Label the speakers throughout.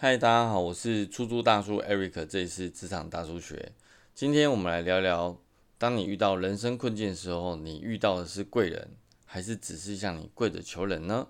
Speaker 1: 嗨，大家好，我是出租大叔 Eric，这里是职场大叔学。今天我们来聊聊，当你遇到人生困境的时候，你遇到的是贵人，还是只是向你跪着求人呢？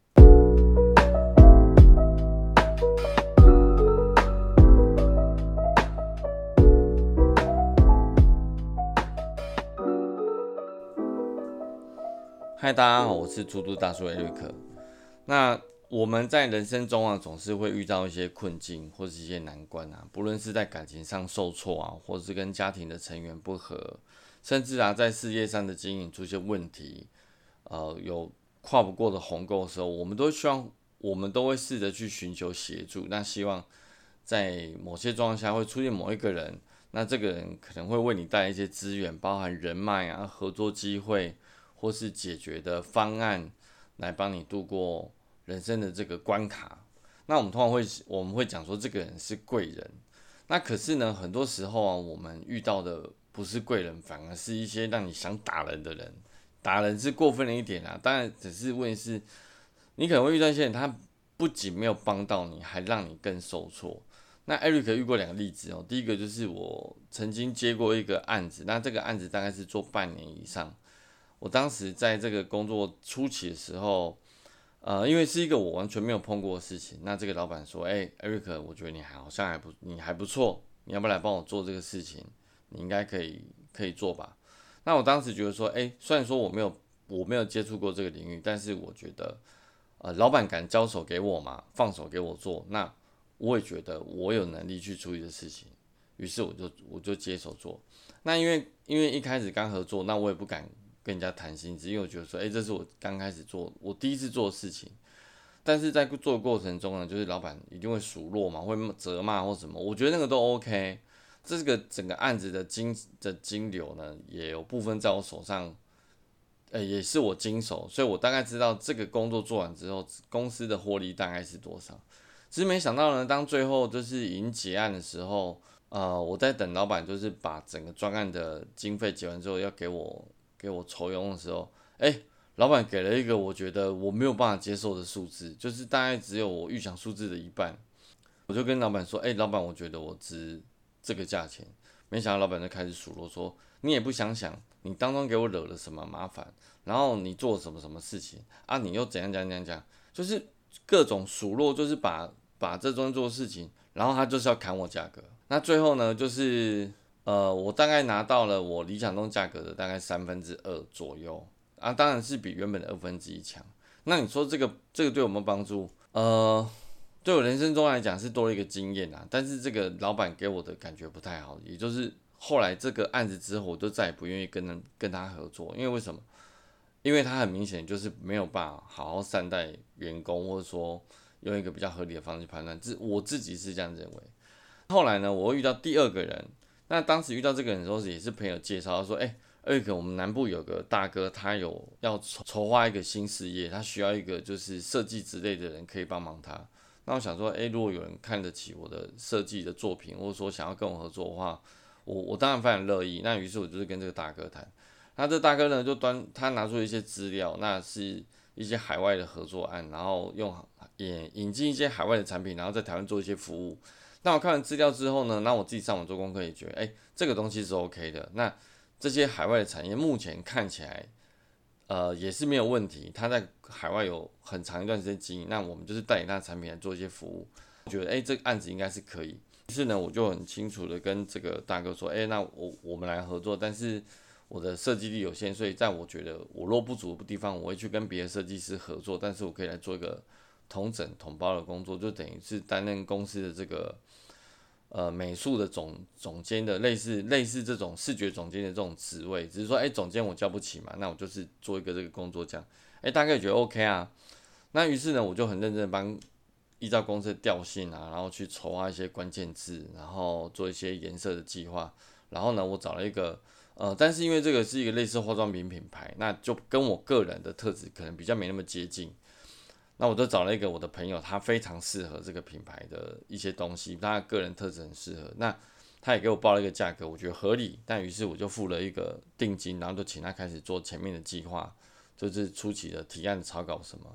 Speaker 1: 嗨，大家好，我是出租大叔 Eric。那我们在人生中总是会遇到一些困境或是一些难关不论是在感情上受挫或是跟家庭的成员不和，甚至在事业上的经营出现问题，有跨不过的鸿沟的时候，我们都会试着去寻求协助。那希望在某些状况下会出现某一个人，那这个人可能会为你带来一些资源，包含人脉合作机会，或是解决的方案，来帮你度过人生的这个关卡。那我们会讲说这个人是贵人。那可是呢，很多时候我们遇到的不是贵人，反而是一些让你想打人的人。打人是过分了一点当然只是问题是，你可能会遇到一些人，他不仅没有帮到你，还让你更受挫。那 Eric 遇过两个例子第一个就是我曾经接过一个案子，那这个案子大概是做半年以上。我当时在这个工作初期的时候，因为是一个我完全没有碰过的事情，那这个老板说，Eric， 我觉得你还不错，你要不要来帮我做这个事情？你应该可以做吧？那我当时觉得说，虽然说我没有接触过这个领域，但是我觉得，老板敢交手给我嘛，放手给我做，那我也觉得我有能力去处理的事情，于是我就接手做。那因为一开始刚合作，那我也不敢跟人家谈薪资，因为我觉得说，这是我刚开始做，我第一次做的事情。但是在做的过程中呢，就是老板一定会数落嘛，会责骂或什么，我觉得那个都 OK。这个整个案子的金流呢，也有部分在我手上，也是我经手，所以我大概知道这个工作做完之后，公司的获利大概是多少。只是没想到呢，当最后就是已经结案的时候，我在等老板就是把整个专案的经费结完之后，要给我抽佣的时候，老板给了一个我觉得我没有办法接受的数字，就是大概只有我预想数字的一半。我就跟老板说，老板，我觉得我值这个价钱。没想到老板就开始数落说，你也不想想，你当中给我惹了什么麻烦，然后你做什么什么事情你又怎样怎样怎样讲，就是各种数落，就是把这中间做的事情，然后他就是要砍我价格。那最后呢，就是我大概拿到了我理想中价格的大概2/3左右当然是比原本的1/2强。那你说这个对我们帮助？对我人生中来讲是多了一个经验但是这个老板给我的感觉不太好，也就是后来这个案子之后，我就再也不愿意跟他合作，因为为什么？因为他很明显就是没有办法好好善待员工，或者说用一个比较合理的方式判断，我自己是这样认为。后来呢，我又遇到第二个人，那当时遇到这个人的时候，也是朋友介绍，他说，Eric，我们南部有个大哥，他有要筹划一个新事业，他需要一个就是设计之类的人可以帮忙他。那我想说，如果有人看得起我的设计的作品，或者说想要跟我合作的话，我当然非常乐意。那于是我就是跟这个大哥谈，那这大哥呢就他拿出了一些资料，那是一些海外的合作案，然后也引进一些海外的产品，然后在台湾做一些服务。那我看完资料之后呢，那我自己上网做功课也觉得，这个东西是 OK 的。那这些海外的产业目前看起来，也是没有问题。他在海外有很长一段时间经营，那我们就是代理他的产品来做一些服务。我觉得，这个案子应该是可以。于是呢，我就很清楚的跟这个大哥说，那我们来合作，但是我的设计力有限，所以在我觉得我弱不足的地方，我会去跟别的设计师合作，但是我可以来做一个统整统包的工作，就等于是担任公司的这个美术的总监的类似这种视觉总监的这种职位，只是说总监我交不起嘛，那我就是做一个这个工作这样，大概也觉得 OK 那于是呢，我就很认真的依照公司的调性然后去筹划一些关键字，然后做一些颜色的计划，然后呢，我找了一个但是因为这个是一个类似化妆品品牌，那就跟我个人的特质可能比较没那么接近。那我就找了一个我的朋友，他非常适合这个品牌的一些东西，他的个人特质很适合。那他也给我报了一个价格，我觉得合理。但于是我就付了一个定金，然后就请他开始做前面的计划，就是初期的提案的草稿什么。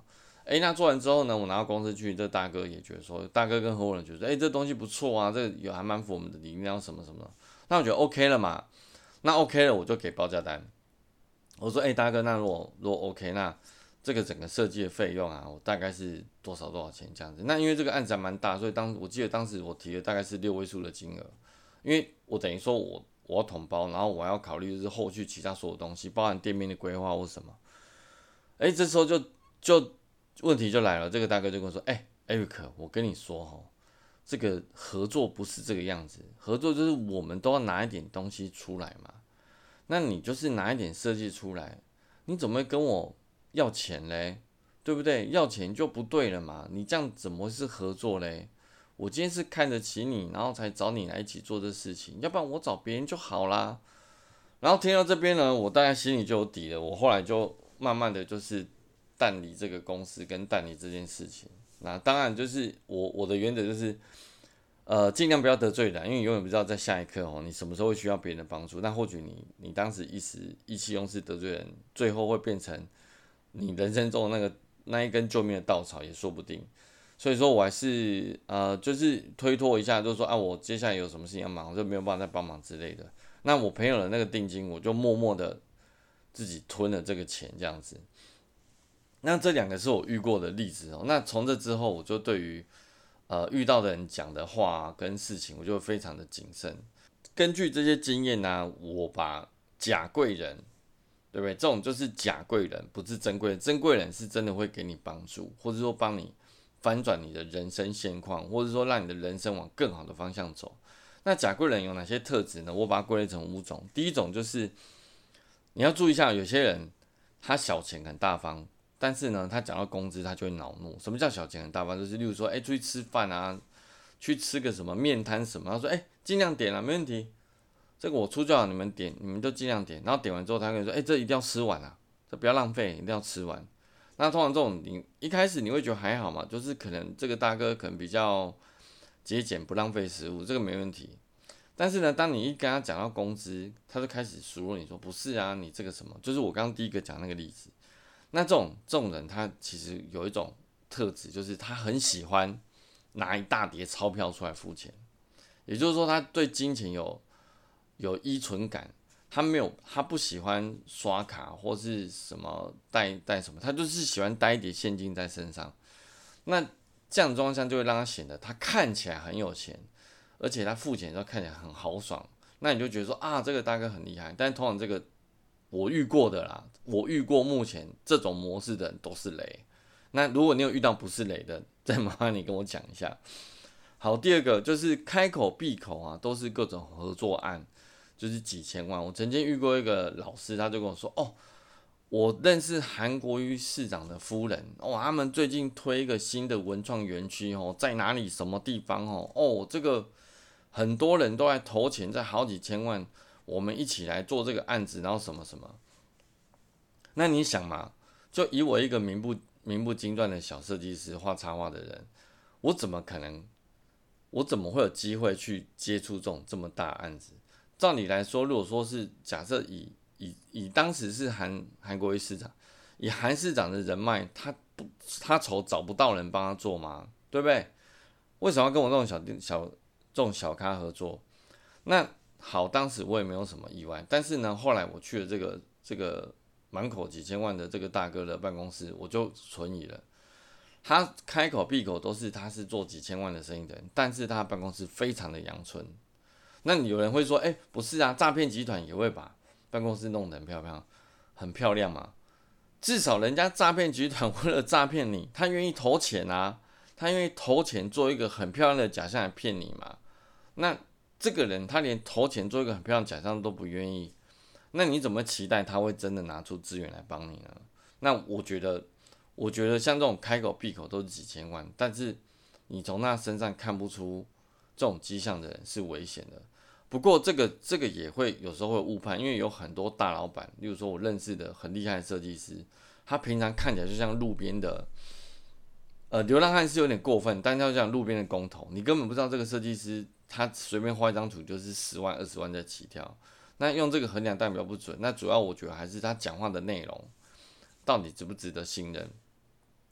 Speaker 1: 那做完之后呢，我拿到公司去，这大哥也觉得说，大哥跟合伙人觉得，这东西不错啊，这个有还蛮符合我们的理念什么什么，那我觉得 OK 了嘛，那 OK 了，我就给报价单，我说，大哥，那如果 OK，那这个整个设计的费用啊，我大概是多少钱这样子？那因为这个案子还蛮大，所以我记得当时我提的大概是6位数的金额，因为我等于说我要统包，然后我要考虑就是后续其他所有东西，包含店面的规划或什么。这时候就问题就来了，这个大哥就跟我说，艾瑞克，我跟你说哦，这个合作不是这个样子，合作就是我们都要拿一点东西出来嘛。那你就是拿一点设计出来，你怎么会跟我要钱嘞？对不对？要钱就不对了嘛，你这样怎么是合作嘞？我今天是看得起你，然后才找你来一起做这事情，要不然我找别人就好啦。然后听到这边呢，我大概心里就有底了。我后来就慢慢的就是淡离这个公司跟淡离这件事情。那当然就是我的原则就是，尽量不要得罪人，因为你永远不知道在下一刻你什么时候会需要别人的帮助。但或许你当时一时意气用事得罪人，最后会变成你人生中的那一根救命的稻草也说不定。所以说我还是就是推脱一下，就是说我接下来有什么事情要忙，我就没有办法再帮忙之类的。那我朋友的那个定金，我就默默的自己吞了这个钱，这样子。那这2个是我遇过的例子哦。那从这之后，我就对于遇到的人讲的话跟事情，我就非常的谨慎。根据这些经验呢，我把假贵人，对不对？这种就是假贵人，不是真贵人。真贵人是真的会给你帮助，或者说帮你翻转你的人生现况，或者说让你的人生往更好的方向走。那假贵人有哪些特质呢？我把它归类成5种。第一种就是你要注意一下，有些人他小钱很大方，但是呢，他讲到工资他就会恼怒。什么叫小钱很大方？就是例如说，出去吃饭啊，去吃个什么面摊什么，他说，尽量点啊，没问题，这个我出就好，你们点，你们都尽量点。然后点完之后，他跟你说，这一定要吃完啊，这不要浪费，一定要吃完。那通常这种你一开始你会觉得还好嘛，就是可能这个大哥可能比较节俭，不浪费食物，这个没问题。但是呢，当你一跟他讲到工资，他就开始数落你说不是啊，你这个什么，就是我刚刚第一个讲那个例子。那这种人，他其实有一种特质，就是他很喜欢拿一大叠钞票出来付钱，也就是说，他对金钱有依存感，他不喜欢刷卡或是什么带什么，他就是喜欢带一叠现金在身上。那这样的状况下，就会让他显得他看起来很有钱，而且他付钱的时候看起来很豪爽。那你就觉得说这个大哥很厉害。但通常这个我遇过的啦，我遇过目前这种模式的人都是雷。那如果你有遇到不是雷的，再麻烦你跟我讲一下。好，第二个就是开口闭口啊，都是各种合作案，就是几千万。我曾经遇过一个老师，他就跟我说，我认识韩国瑜市长的夫人，他们最近推一个新的文创园区在哪里什么地方这个很多人都来投钱，在好几千万，我们一起来做这个案子，然后什么什么。那你想嘛，就以我一个名不经传的小设计师，画插画的人，我怎么可能？我怎么会有机会去接触这么大的案子？照理来说，如果说是假设以当时是韩国瑜市长，以韩市长的人脉，他愁找不到人帮他做吗？对不对？为什么要跟我这种小咖合作？那好，当时我也没有什么意外，但是呢，后来我去了这个满口几千万的这个大哥的办公室，我就存疑了。他开口闭口都是他是做几千万的生意的人，但是他办公室非常的阳春。那有人会说，不是啊，诈骗集团也会把办公室弄得很漂亮嘛？至少人家诈骗集团为了诈骗你，他愿意投钱啊，他愿意投钱做一个很漂亮的假象来骗你嘛？那这个人他连投钱做一个很漂亮的假象都不愿意，那你怎么期待他会真的拿出资源来帮你呢？那我觉得像这种开口闭口都是几千万，但是你从他身上看不出这种迹象的人是危险的。不过这个也会有时候会误判，因为有很多大老板，例如说我认识的很厉害的设计师，他平常看起来就像路边的，流浪汉是有点过分，但是他就像路边的工头，你根本不知道这个设计师他随便画一张图就是10万20万在起跳。那用这个衡量代表不准，那主要我觉得还是他讲话的内容到底值不值得信任。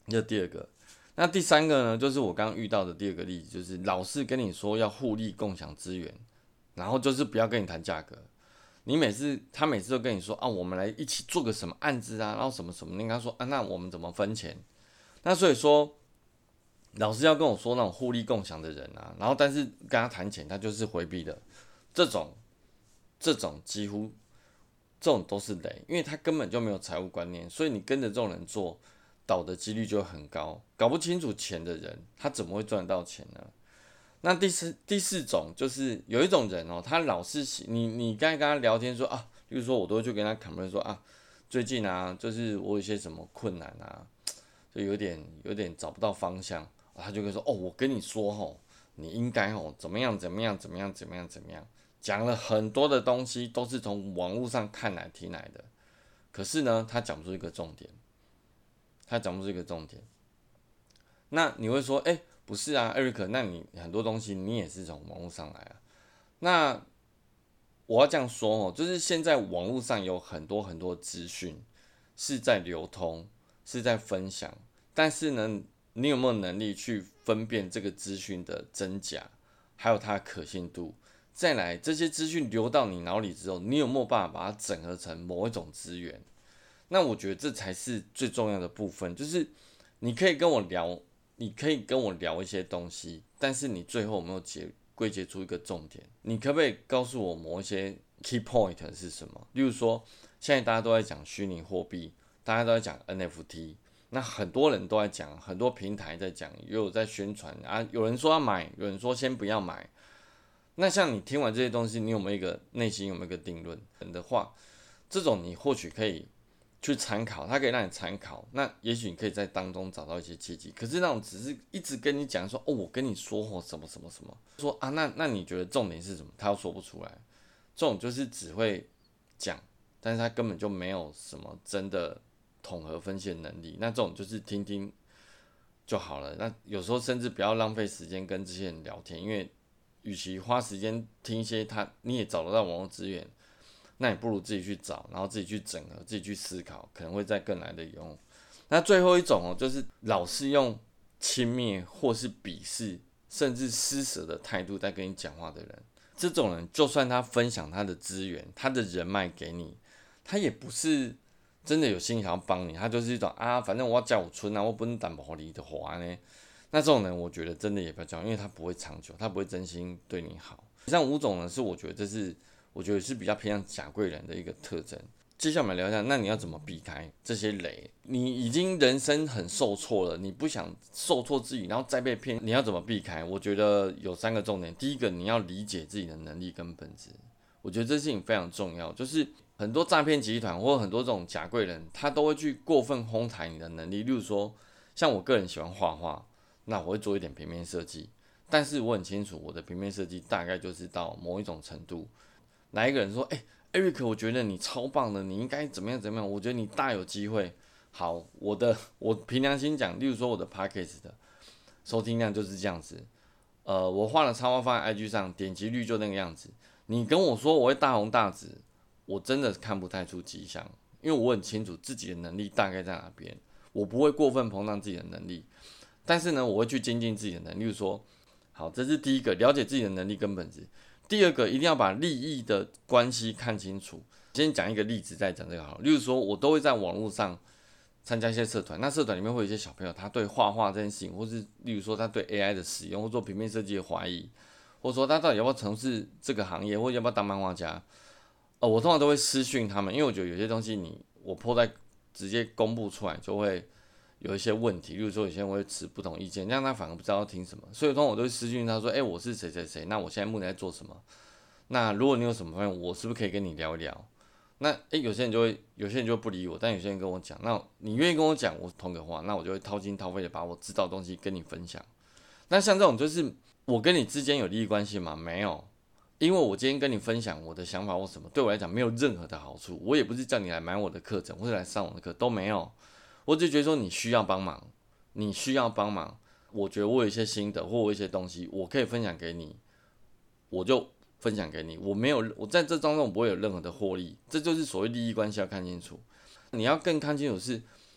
Speaker 1: 这第二个。那第三个呢，就是我刚刚遇到的第二个例子，就是老是跟你说要互利共享资源，然后就是不要跟你谈价格。他每次都跟你说啊，我们来一起做个什么案子啊，然后什么什么，你跟他说啊，那我们怎么分钱？那所以说，老师要跟我说那种互利共享的人啊，然后但是跟他谈钱，他就是回避的，这种几乎这种都是雷，因为他根本就没有财务观念，所以你跟着这种人做，倒的几率就很高。搞不清楚钱的人，他怎么会赚到钱呢？那第四种就是有一种人哦，他老是你刚才跟他聊天说啊，比如说我都会去跟他 complain 说啊，最近啊，就是我有一些什么困难啊，就有点找不到方向，他就会说哦，我跟你说吼，你应该吼怎么样怎么样怎么样怎么样怎么样，讲了很多的东西都是从网络上看来听来的，可是呢，他讲不出一个重点，他讲不出一个重点。那你会说，不是啊，Eric，那你很多东西你也是从网络上来啊。那我要这样说哦，就是现在网络上有很多很多资讯是在流通，是在分享，但是呢，你有没有能力去分辨这个资讯的真假，还有它的可信度？再来，这些资讯流到你脑里之后，你有没有办法把它整合成某一种资源？那我觉得这才是最重要的部分，就是你可以跟我聊，你可以跟我聊一些东西，但是你最后有没有归结出一个重点？你可不可以告诉我某一些 key point 是什么？例如说，现在大家都在讲虚拟货币，大家都在讲 NFT，那很多人都在讲，很多平台在讲，也有在宣传啊。有人说要买，有人说先不要买。那像你听完这些东西，你有没有一个内心有没有一个定论的话，这种你或许可以去参考，它可以让你参考。那也许你可以在当中找到一些契机。可是那种只是一直跟你讲说，哦，我跟你说哦，什么什么什么，说啊，那你觉得重点是什么？他又说不出来。这种就是只会讲，但是他根本就没有什么真的统合分析的能力。那这种就是听听就好了。那有时候甚至不要浪费时间跟这些人聊天，因为与其花时间听一些你也找得到网络资源，那你不如自己去找，然后自己去整合，自己去思考，可能会再更来的有用。那最后一种哦，就是老是用轻蔑或是鄙视，甚至施舍的态度在跟你讲话的人。这种人，就算他分享他的资源、他的人脉给你，他也不是真的有心想要帮你，他就是一种啊，反正我要叫我村啊，我不能担保你的话呢。那这种人，我觉得真的也不要交，因为他不会长久，他不会真心对你好。以上五种呢，是我觉得是比较偏向假贵人的一个特征。接下来我们聊一下，那你要怎么避开这些雷？你已经人生很受挫了，你不想受挫之余，然后再被骗，你要怎么避开？我觉得有三个重点。第一个，你要理解自己的能力跟本质。我觉得这事情非常重要，就是很多诈骗集团或者很多这种假贵人，他都会去过分哄抬你的能力。例如说，像我个人喜欢画画，那我会做一点平面设计，但是我很清楚我的平面设计大概就是到某一种程度。哪一个人说，Eric，我觉得你超棒的，你应该怎么样怎么样？我觉得你大有机会。好，我凭良心讲，例如说我的 Podcast 的收听量就是这样子。我画了插画放在 IG 上，点击率就那个样子。你跟我说我会大红大紫，我真的看不太出迹象，因为我很清楚自己的能力大概在哪边，我不会过分膨胀自己的能力。但是呢，我会去精进自己的能力。例如说，好，这是第一个，了解自己的能力跟本质。第二个，一定要把利益的关系看清楚。先讲一个例子，再讲这个好了。例如说，我都会在网络上参加一些社团，那社团里面会有一些小朋友，他对画画这件事情，或是例如说他对 AI 的使用，或做平面设计的怀疑，或者说他到底要不要从事这个行业，或者要不要当漫画家，我通常都会私讯他们，因为我觉得有些东西我 po 在直接公布出来就会有一些问题，例如说有些人会持不同意见，这样他反而不知道要听什么，所以通常我都会私讯他说，我是谁谁谁，那我现在目前在做什么？那如果你有什么方面，我是不是可以跟你聊一聊？那有些人就会不理我，但有些人跟我讲，那你愿意跟我讲，我通个话，那我就会掏心掏肺的把我知道的东西跟你分享。那像这种就是我跟你之间有利益关系吗？没有，因为我今天跟你分享我的想法或什么，对我来讲没有任何的好处。我也不是叫你来买我的课程或者来上我的课，都没有。我只觉得说你需要帮忙，你需要帮忙，我觉得我有一些心得或我有一些东西，我可以分享给你，我就分享给你。我在这当中不会有任何的获利，这就是所谓利益关系要看清楚。你要更看清楚是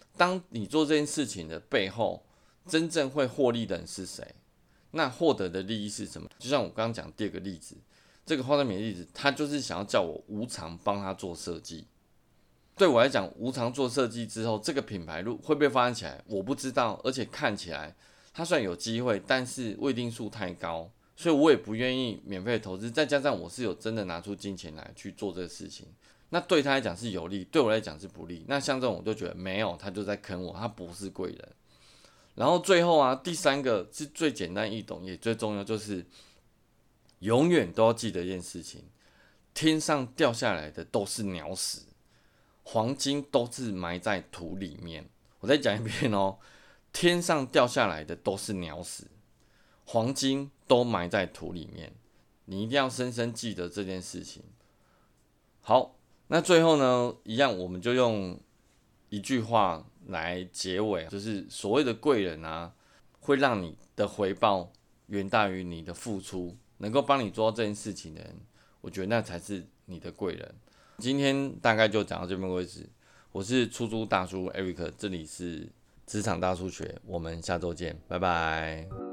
Speaker 1: 当你做这件事情的背后，真正会获利的人是谁？那获得的利益是什么？就像我刚刚讲第二个例子，这个化妆品的例子，他就是想要叫我无偿帮他做设计。对我来讲，无偿做设计之后，这个品牌会不会发展起来，我不知道。而且看起来它虽然有机会，但是未定数太高，所以我也不愿意免费投资。再加上我是有真的拿出金钱来去做这个事情，那对他来讲是有利，对我来讲是不利。那像这种我就觉得没有，他就在坑我，他不是贵人。然后最后啊，第三个是最简单易懂也最重要，就是永远都要记得一件事情：天上掉下来的都是鸟屎，黄金都是埋在土里面。我再讲一遍哦，天上掉下来的都是鸟屎，黄金都埋在土里面。你一定要深深记得这件事情。好，那最后呢，一样我们就用一句话来结尾，就是所谓的贵人啊，会让你的回报远大于你的付出，能够帮你做到这件事情的人，我觉得那才是你的贵人。今天大概就讲到这边为止，我是出租大叔 Eric， 这里是职场大叔学，我们下周见，拜拜。